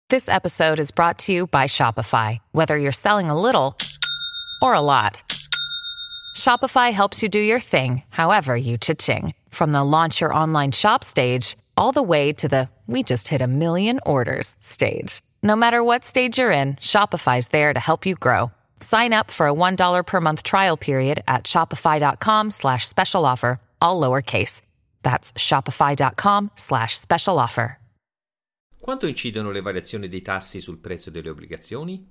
This episode is brought to you by Shopify. Whether you're selling a little or a lot, Shopify helps you do your thing, however you cha-ching. From the launch your online shop stage, all the way to the we just hit 1 million orders stage. No matter what stage you're in, Shopify's there to help you grow. Sign up for a $1 per month trial period at shopify.com/special offer, all lowercase. That's shopify.com/special offer. Quanto incidono le variazioni dei tassi sul prezzo delle obbligazioni?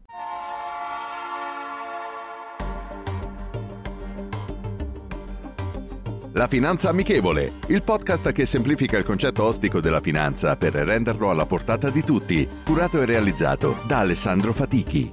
La Finanza Amichevole, il podcast che semplifica il concetto ostico della finanza per renderlo alla portata di tutti, curato e realizzato da Alessandro Fatichi.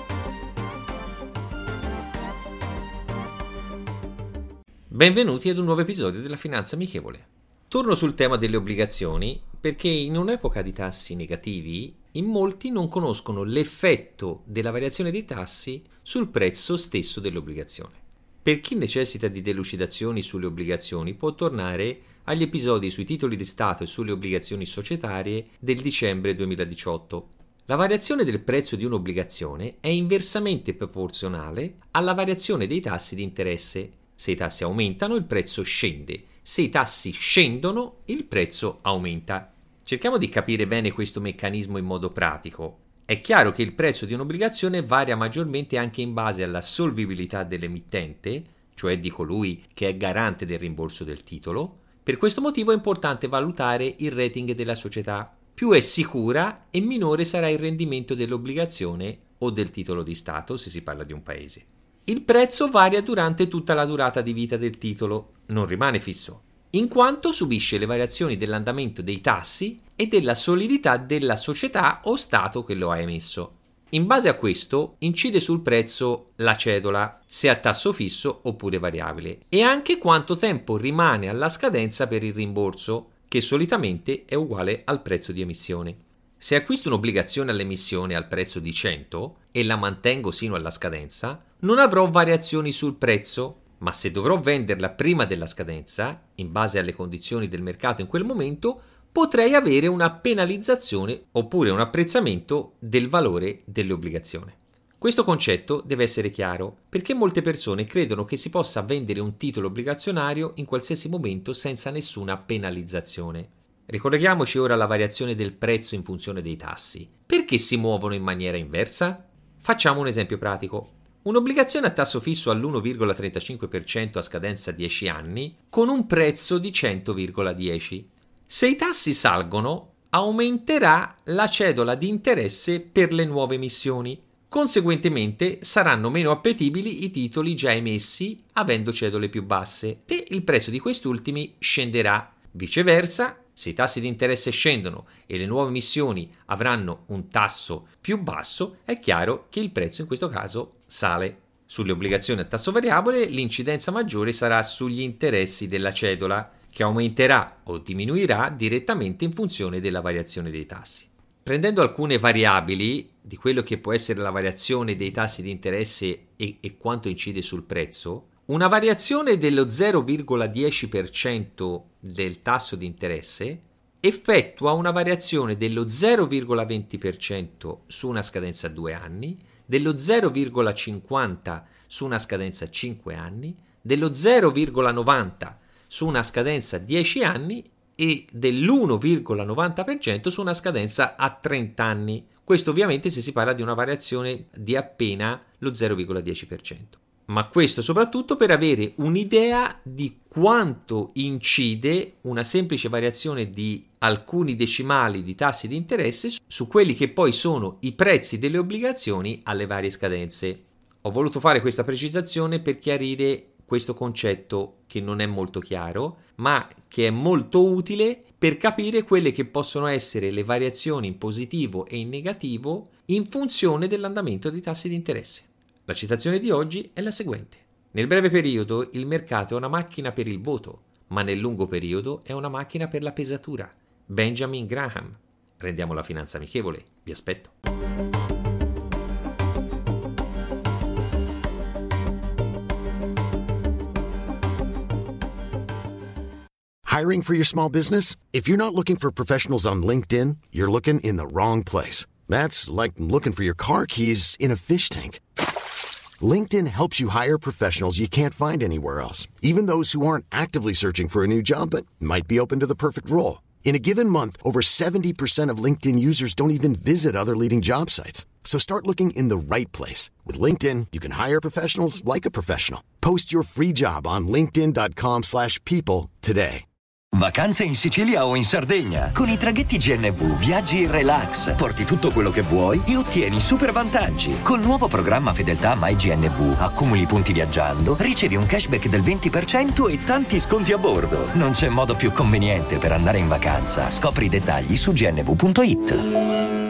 Benvenuti ad un nuovo episodio della Finanza Amichevole. Torno sul tema delle obbligazioni perché in un'epoca di tassi negativi in molti non conoscono l'effetto della variazione dei tassi sul prezzo stesso dell'obbligazione. Per chi necessita di delucidazioni sulle obbligazioni può tornare agli episodi sui titoli di Stato e sulle obbligazioni societarie del dicembre 2018. La variazione del prezzo di un'obbligazione è inversamente proporzionale alla variazione dei tassi di interesse. Se i tassi aumentano, il prezzo scende. Se i tassi scendono, il prezzo aumenta. Cerchiamo di capire bene questo meccanismo in modo pratico. È chiaro che il prezzo di un'obbligazione varia maggiormente anche in base alla solvibilità dell'emittente, cioè di colui che è garante del rimborso del titolo. Per questo motivo è importante valutare il rating della società. Più è sicura e minore sarà il rendimento dell'obbligazione o del titolo di Stato, se si parla di un paese. Il prezzo varia durante tutta la durata di vita del titolo, non rimane fisso, in quanto subisce le variazioni dell'andamento dei tassi e della solidità della società o Stato che lo ha emesso. In base a questo incide sul prezzo la cedola, se a tasso fisso oppure variabile, e anche quanto tempo rimane alla scadenza per il rimborso, che solitamente è uguale al prezzo di emissione. Se acquisto un'obbligazione all'emissione al prezzo di 100 e la mantengo sino alla scadenza, non avrò variazioni sul prezzo, ma se dovrò venderla prima della scadenza, in base alle condizioni del mercato in quel momento, potrei avere una penalizzazione oppure un apprezzamento del valore dell'obbligazione. Questo concetto deve essere chiaro perché molte persone credono che si possa vendere un titolo obbligazionario in qualsiasi momento senza nessuna penalizzazione. Ricolleghiamoci ora alla variazione del prezzo in funzione dei tassi. Perché si muovono in maniera inversa? Facciamo un esempio pratico. Un'obbligazione a tasso fisso all'1,35% a scadenza 10 anni con un prezzo di 100,10. Se i tassi salgono, aumenterà la cedola di interesse per le nuove emissioni. Conseguentemente saranno meno appetibili i titoli già emessi avendo cedole più basse e il prezzo di questi ultimi scenderà. Viceversa, se i tassi di interesse scendono e le nuove emissioni avranno un tasso più basso, è chiaro che il prezzo in questo caso sale. Sulle obbligazioni a tasso variabile l'incidenza maggiore sarà sugli interessi della cedola, che aumenterà o diminuirà direttamente in funzione della variazione dei tassi. Prendendo alcune variabili di quello che può essere la variazione dei tassi di interesse e quanto incide sul prezzo, una variazione dello 0,10% del tasso di interesse effettua una variazione dello 0,20% su una scadenza a 2 anni, dello 0,50% su una scadenza a 5 anni, dello 0,90% su una scadenza a 10 anni e dell'1,90% su una scadenza a 30 anni. Questo ovviamente se si parla di una variazione di appena lo 0,10%. Ma questo soprattutto per avere un'idea di quanto incide una semplice variazione di alcuni decimali di tassi di interesse su quelli che poi sono i prezzi delle obbligazioni alle varie scadenze. Ho voluto fare questa precisazione per chiarire questo concetto che non è molto chiaro, ma che è molto utile per capire quelle che possono essere le variazioni in positivo e in negativo in funzione dell'andamento dei tassi di interesse. La citazione di oggi è la seguente. Nel breve periodo il mercato è una macchina per il voto, ma nel lungo periodo è una macchina per la pesatura. Benjamin Graham. Rendiamo la finanza amichevole. Vi aspetto. Hiring for your small business? If you're not looking for professionals on LinkedIn, you're looking in the wrong place. That's like looking for your car keys in a fish tank. LinkedIn helps you hire professionals you can't find anywhere else, even those who aren't actively searching for a new job but might be open to the perfect role. In a given month, over 70% of LinkedIn users don't even visit other leading job sites. So start looking in the right place. With LinkedIn, you can hire professionals like a professional. Post your free job on linkedin.com/people today. Vacanze in Sicilia o in Sardegna. Con i traghetti GNV viaggi in relax, porti tutto quello che vuoi e ottieni super vantaggi. Col nuovo programma Fedeltà MyGNV accumuli punti viaggiando, ricevi un cashback del 20% e tanti sconti a bordo. Non c'è modo più conveniente per andare in vacanza. Scopri i dettagli su gnv.it.